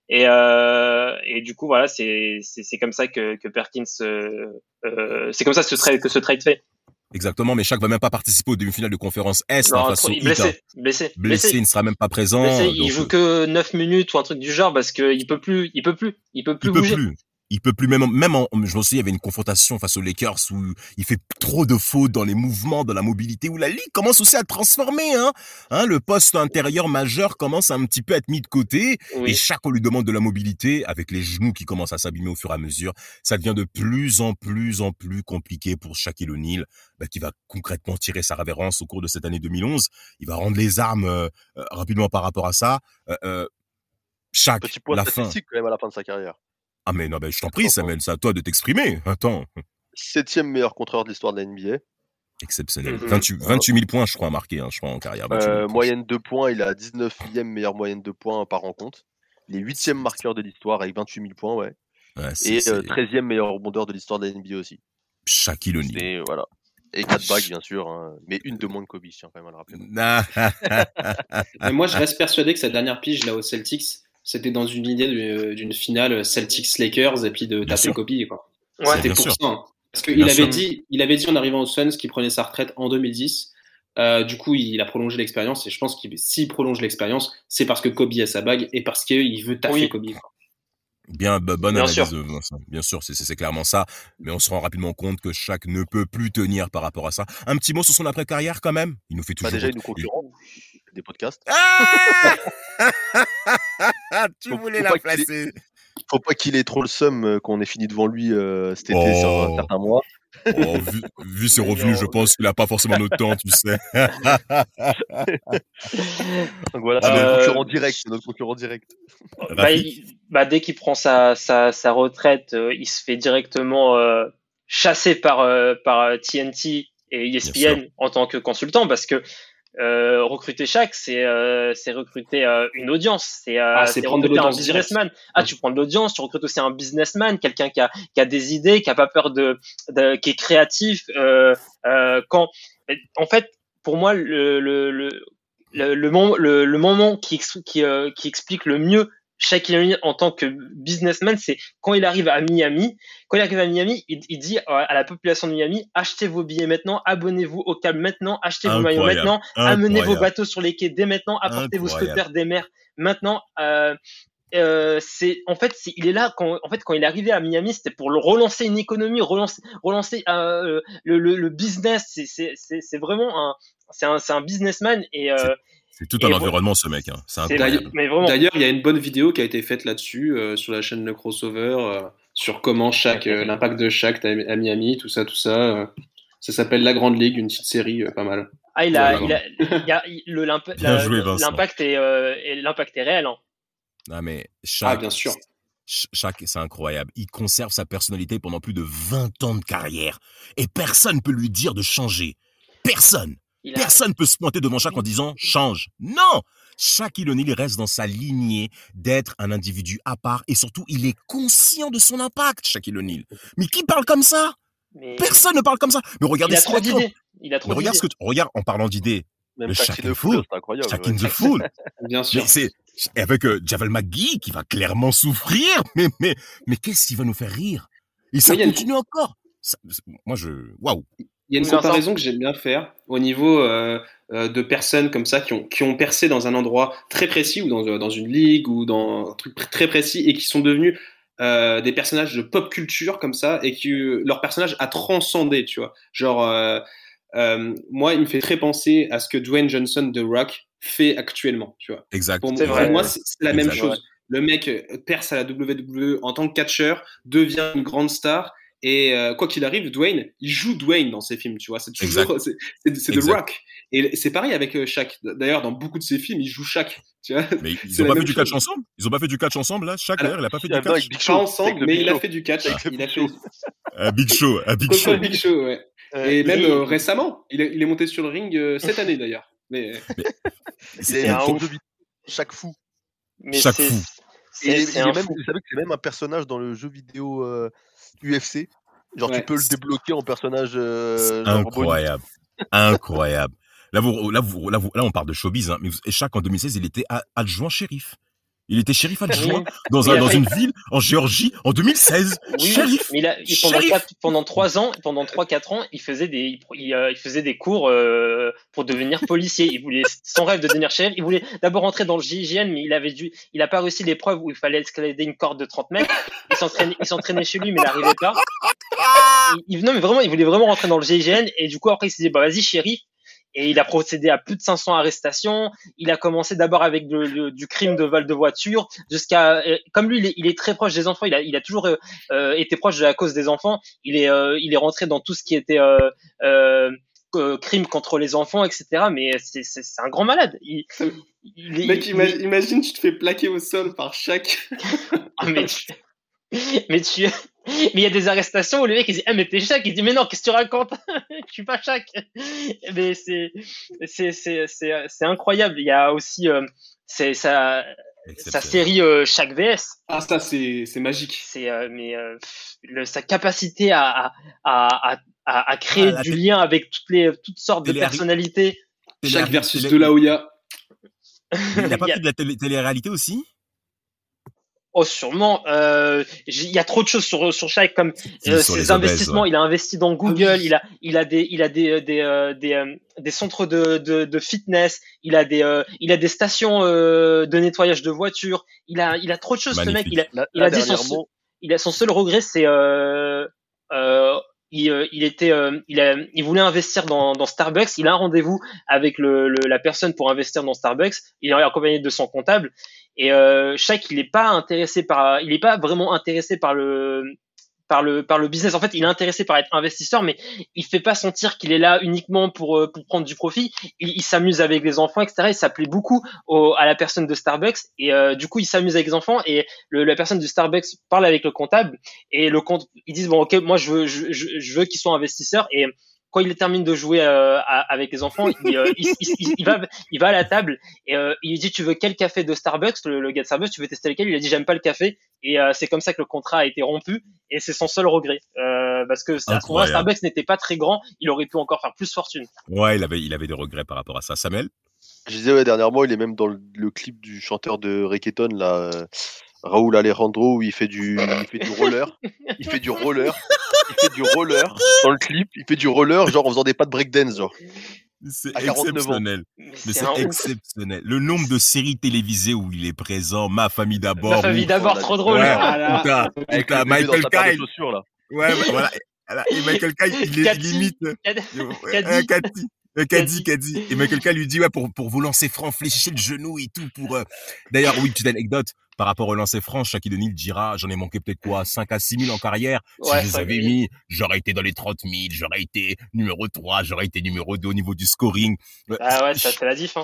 Et du coup, voilà, c'est comme ça que Perkins, c'est comme ça que ce trade fait. Exactement, mais Shaq va même pas participer aux demi-finales de conférence Est face au Heat. Blessé, il ne sera même pas présent. Blessé, il joue que 9 minutes ou un truc du genre parce que il peut plus bouger. Il peut plus, même je me souviens, il y avait une confrontation face aux Lakers où il fait trop de fautes dans les mouvements, dans la mobilité, où la ligue commence aussi à transformer, le poste intérieur majeur commence un petit peu à être mis de côté, et chaque on lui demande de la mobilité, avec les genoux qui commencent à s'abîmer au fur et à mesure, ça devient de plus en plus compliqué pour Shaquille O'Neal, qui va concrètement tirer sa révérence au cours de cette année 2011. Il va rendre les armes, rapidement par rapport à ça. Shaq, petit point statistique quand même à la fin de sa carrière. Ah mais non, je t'en prie, Samuel, c'est à toi de t'exprimer. Attends. 7e meilleur contreur de l'histoire de la NBA. Exceptionnel. 28 000 points, je crois, marqués, je crois, en carrière. Moyenne de points, il a 19e meilleure moyenne de points par rencontre. Il est 8e marqueur de l'histoire avec 28 000 points, ouais. Et 13e meilleur rebondeur de l'histoire de la NBA aussi. Shaquille O'Neal. Voilà. Et 4 bagues, bien sûr, mais une de moins de Kobe, je tiens quand même à le rappeler. Mais moi, je reste persuadé que sa dernière pige là aux Celtics, c'était dans une idée d'une finale Celtics-Lakers et puis de taper Kobe, quoi. Ouais, c'était pour ça. Parce qu'il avait dit en arrivant aux Suns qu'il prenait sa retraite en 2010. Du coup, il a prolongé l'expérience et je pense qu'il s'il prolonge l'expérience, c'est parce que Kobe a sa bague et parce qu'il veut taffer Kobe, quoi. Bien, bonne analyse, Vincent. Bien sûr, c'est clairement ça. Mais on se rend rapidement compte que Shaq ne peut plus tenir par rapport à ça. Un petit mot sur son après-carrière, quand même. Il nous fait toujours... déjà, il nous concurrent des podcasts. Tu voulais la placer. Faut pas qu'il ait trop le seum qu'on ait fini devant lui cet été sur certains mois. Vu ses revenus, je pense qu'il a pas forcément notre temps, tu sais. Donc voilà, c'est notre concurrent direct. Dès qu'il prend sa retraite, il se fait directement chasser par TNT et ESPN en tant que consultant parce que recruter Shaq, c'est recruter une audience, c'est prendre de l'audience, un businessman. Tu prends de l'audience, tu recrutes aussi un businessman, quelqu'un qui a des idées, qui a pas peur qui est créatif. En fait, pour moi, le moment qui explique le mieux Shaquille O'Neal en tant que businessman, c'est quand il arrive à Miami. Quand il arrive à Miami, il dit à la population de Miami, achetez vos billets maintenant, abonnez-vous au câble maintenant, achetez vos maillots maintenant, amenez vos bateaux sur les quais dès maintenant, apportez vos scooters des mers maintenant. Il est là quand il est arrivé à Miami, c'était pour relancer une économie, relancer le business. C'est vraiment un businessman et c'est tout un environnement, ce mec. C'est incroyable. D'ailleurs, il y a une bonne vidéo qui a été faite là-dessus, sur la chaîne Le Crossover, sur comment l'impact de Shaq à Miami, tout ça. Ça s'appelle La Grande Ligue, une petite série pas mal. L'impact est réel. Mais Shaq, bien sûr. Shaq, c'est incroyable. Il conserve sa personnalité pendant plus de 20 ans de carrière. Et personne peut lui dire de changer. Personne. Personne peut se pointer devant Shaq en disant « change ». Non. Shaquille O'Neal reste dans sa lignée d'être un individu à part et surtout, il est conscient de son impact, Shaquille O'Neal. Mais qui parle comme ça? Personne ne parle comme ça. Mais regardez ce qu'il a. Il a trop d'idées. Regarde, en parlant d'idées, Même le Shaq Shaq in in the Fool, Fool. c'est incroyable. Shaq in the Fool. Bien sûr. Mais c'est avec Javel McGee qui va clairement souffrir. Mais qu'est-ce qui va nous faire rire? Et ça continue encore. Waouh. Il y a une comparaison que j'aime bien faire au niveau de personnes comme ça qui ont percé dans un endroit très précis ou dans une ligue ou dans un truc très précis et qui sont devenus des personnages de pop culture comme ça et que leur personnage a transcendé, tu vois. Genre, moi, il me fait très penser à ce que Dwayne Johnson de Rock fait actuellement, tu vois. Exact. Pour moi, c'est la même chose. Le mec perce à la WWE en tant que catcheur, devient une grande star. Et quoi qu'il arrive, Dwayne, il joue Dwayne dans ses films, tu vois. C'est toujours, c'est The Rock. Et c'est pareil avec Shaq. D'ailleurs, dans beaucoup de ses films, il joue Shaq. Tu vois. Mais ils ont pas fait du catch ensemble. Ils ont pas fait du catch ensemble là. Shaq d'ailleurs, il a pas fait du catch. Pas ensemble, mais il a fait du catch. Il a fait Big Show. Big Show, ouais. Et même récemment, il est monté sur le ring cette année d'ailleurs. Mais c'est un jeu vidéo. Chaque fou. Chaque fou. Vous savez que c'est même un personnage dans le jeu vidéo UFC. Genre, tu peux le débloquer en personnage. Incroyable. Incroyable. Là, on parle de showbiz, hein, mais Shaq en 2016, il était adjoint shérif. Il était shérif adjoint dans une ville en Géorgie en 2016. Oui, shérif. Mais pendant 3-4 ans, il faisait des cours pour devenir policier. Son rêve de devenir shérif. Il voulait d'abord rentrer dans le GIGN, mais il a pas réussi l'épreuve où il fallait escalader une corde de 30 mètres. Il s'entraînait chez lui, mais il n'arrivait pas. Non, mais vraiment, il voulait vraiment rentrer dans le GIGN, et du coup, après, il s'est dit, bah, vas-y, shérif. Et il a procédé à plus de 500 arrestations. Il a commencé d'abord avec du crime de vol de voiture, jusqu'à, comme lui, il est très proche des enfants. Il a toujours été proche de la cause des enfants. Il est rentré dans tout ce qui était crime contre les enfants, etc. Mais c'est un grand malade. Mec, imagine, tu te fais plaquer au sol par Shaq. Mais il y a des arrestations où les mecs ils disent « Ah mais t'es Shaq », il dit « Mais non, qu'est-ce que tu racontes ? Je suis pas Shaq ». Mais c'est incroyable. Il y a aussi sa série Shaq VS. Ah, ça c'est magique. Sa capacité à créer du lien avec toutes sortes de personnalités. Shaq versus De La Hoya. Il n'a pas fait de la télé-réalité aussi? Oh, sûrement. Il y a trop de choses sur Shaq, comme ses investissements. Ouais. Il a investi dans Google. Il a des centres de fitness. Il a des stations de nettoyage de voitures. Il a trop de choses. Magnifique. Ce mec. Il a dit son seul regret, c'est il voulait investir dans Starbucks. Il a un rendez-vous avec la personne pour investir dans Starbucks. Il est accompagné de son comptable. Et Shaq, il est pas vraiment intéressé par le business. En fait, il est intéressé par être investisseur, mais il fait pas sentir qu'il est là uniquement pour prendre du profit. Il s'amuse avec les enfants, etc. Il s'appelait beaucoup à la personne de Starbucks, et du coup, il s'amuse avec les enfants, et la personne du Starbucks parle avec le comptable, et ils disent bon, ok, moi je veux qu'ils soient investisseurs, et quand il termine de jouer avec les enfants, il va à la table, et il lui dit tu veux quel café de Starbucks, le gars de Starbucks, tu veux tester lequel? Il a dit j'aime pas le café, et c'est comme ça que le contrat a été rompu, et c'est son seul regret, parce que à ce moment-là, Starbucks n'était pas très grand, il aurait pu encore faire plus fortune. Ouais, il avait des regrets par rapport à ça. Samuel? Je disais dernièrement, il est même dans le clip du chanteur de reggaeton là. Raúl Alejandro, où il fait du roller. Il fait du roller dans le clip. Il fait du roller, genre en faisant des pas de breakdance, genre. C'est exceptionnel. Mais c'est exceptionnel. Le nombre de séries télévisées où il est présent, Ma famille d'abord. Ma famille d'abord, trop drôle. Ouais, t'as Michael Kyle. Ouais, voilà. Et Michael Kyle, il imite Caddy. Et Michael Kyle lui dit, ouais, pour vous lancer franc, fléchissez le genou et tout pour, D'ailleurs, oui, petite anecdote. Par rapport au lancer franc, Shaquille O'Neal dira, j'en ai manqué peut-être 5 à 6 000 en carrière. Si je les avais mis, j'aurais été dans les 30 000, j'aurais été numéro 3, j'aurais été numéro 2 au niveau du scoring. Ah ouais, ça fait la diff, hein.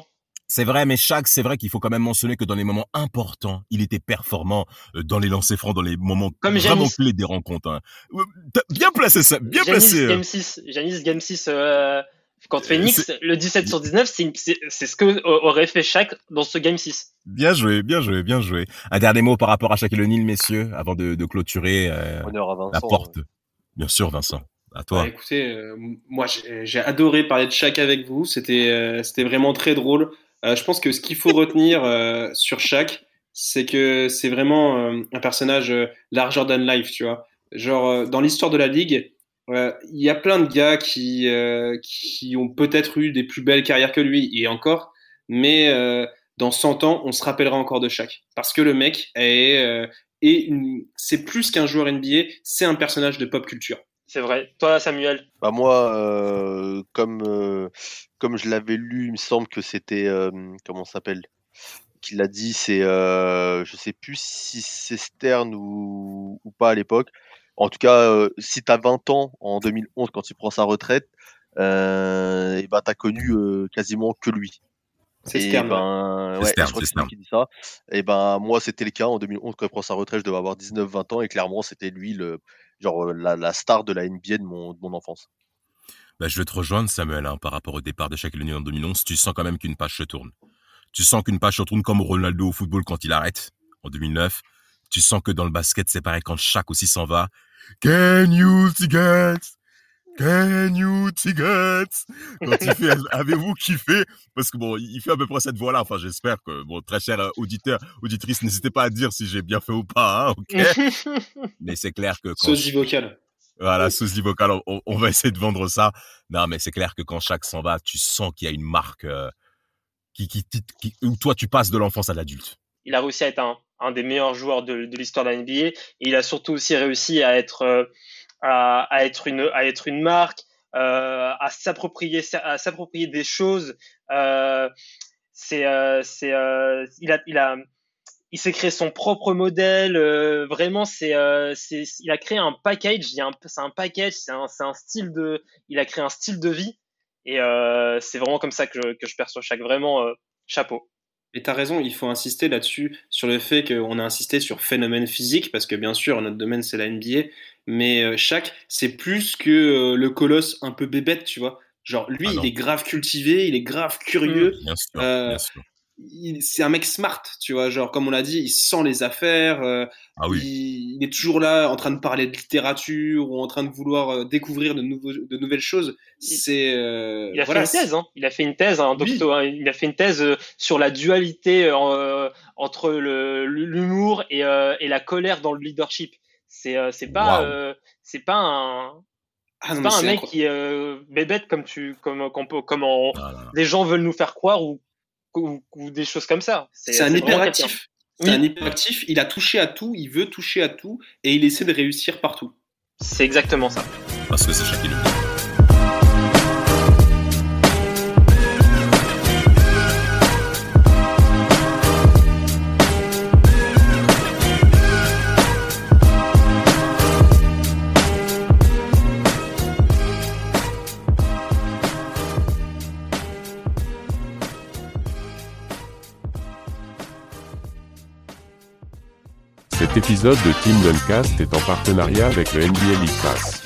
C'est vrai, mais Shaq, c'est vrai qu'il faut quand même mentionner que dans les moments importants, il était performant dans les lancers francs, dans les moments Comme vraiment Giannis. clés des rencontres. Hein. T'as bien placé ça, bien Giannis placé. Game 6. Giannis Game 6 contre Phoenix, le 17 sur 19, c'est ce que aurait fait Shaq dans ce Game 6. Bien joué, bien joué, bien joué. Un dernier mot par rapport à Shaquille O'Neal, messieurs, avant de clôturer Honneur à Vincent. la porte. Bien sûr, Vincent. À toi. Bah, écoutez, moi j'ai adoré parler de Shaq avec vous. C'était vraiment très drôle. Je pense que ce qu'il faut retenir sur Shaq, c'est que c'est vraiment un personnage larger than life, tu vois. Genre dans l'histoire de la ligue, il y a plein de gars qui ont peut-être eu des plus belles carrières que lui et encore, mais dans 100 ans, on se rappellera encore de Shaq parce que le mec c'est plus qu'un joueur NBA, c'est un personnage de pop culture. C'est vrai. Toi, Samuel? Bah moi, comme je l'avais lu, il me semble que c'était comment ça s'appelle, qu'il l'a dit, c'est je sais plus si c'est Stern ou pas à l'époque. En tout cas, si t'as 20 ans en 2011 quand il prend sa retraite, et ben t'as connu quasiment que lui. C'est Et Stern. ben, ouais, Stern, je crois que c'est c'est lui qui dit ça. Et ben moi c'était le cas en 2011 quand il prend sa retraite, je devais avoir 19-20 ans et clairement c'était lui la star de la NBA de mon enfance. Bah, je vais te rejoindre, Samuel, hein, par rapport au départ de Shaquille O'Neal en 2011. Tu sens quand même qu'une page se tourne. Tu sens qu'une page se tourne comme Ronaldo au football quand il arrête en 2009. Tu sens que dans le basket, c'est pareil quand Shaq aussi s'en va. Can you tickets? Can you tickets? Quand il fait, avez-vous kiffé? Parce que bon, il fait à peu près cette voix-là. Enfin, j'espère que, bon, très cher auditeur, auditrice, n'hésitez pas à dire si j'ai bien fait ou pas, hein, ok? Mais c'est clair que quand Sosie vocale. voilà, sosie vocale, on va essayer de vendre ça. Non, mais c'est clair que quand Shaq s'en va, tu sens qu'il y a une marque où toi, tu passes de l'enfance à l'adulte. Il a réussi à être un des meilleurs joueurs de l'histoire de la NBA. Et il a surtout aussi réussi à être une marque, à s'approprier des choses. Il s'est créé son propre modèle. Vraiment, il a créé un package. C'est un package. Il a créé un style de vie. Et c'est vraiment comme ça que je perçois Shaq. Vraiment, chapeau. Et t'as raison, il faut insister là-dessus, sur le fait qu'on a insisté sur phénomène physique, parce que bien sûr, notre domaine, c'est la NBA, mais Shaq, c'est plus que le colosse un peu bébête, tu vois. Genre, lui, il est grave cultivé, il est grave curieux. Bien sûr, bien sûr. C'est un mec smart, tu vois, genre comme on l'a dit, il sent les affaires, il est toujours là en train de parler de littérature ou en train de vouloir découvrir de nouvelles choses. Il a fait une thèse, hein. Il a fait une thèse, il a fait une thèse sur la dualité entre l'humour et la colère dans le leadership. C'est pas un mec qui est bébête comme les gens veulent nous faire croire ou des choses comme ça. C'est un hyperactif. C'est un hyperactif, il a touché à tout, il veut toucher à tout et il essaie de réussir partout. C'est exactement ça. Parce que c'est Shaquille O'Neal. Cet épisode de Team Duncast est en partenariat avec le NBA League Pass.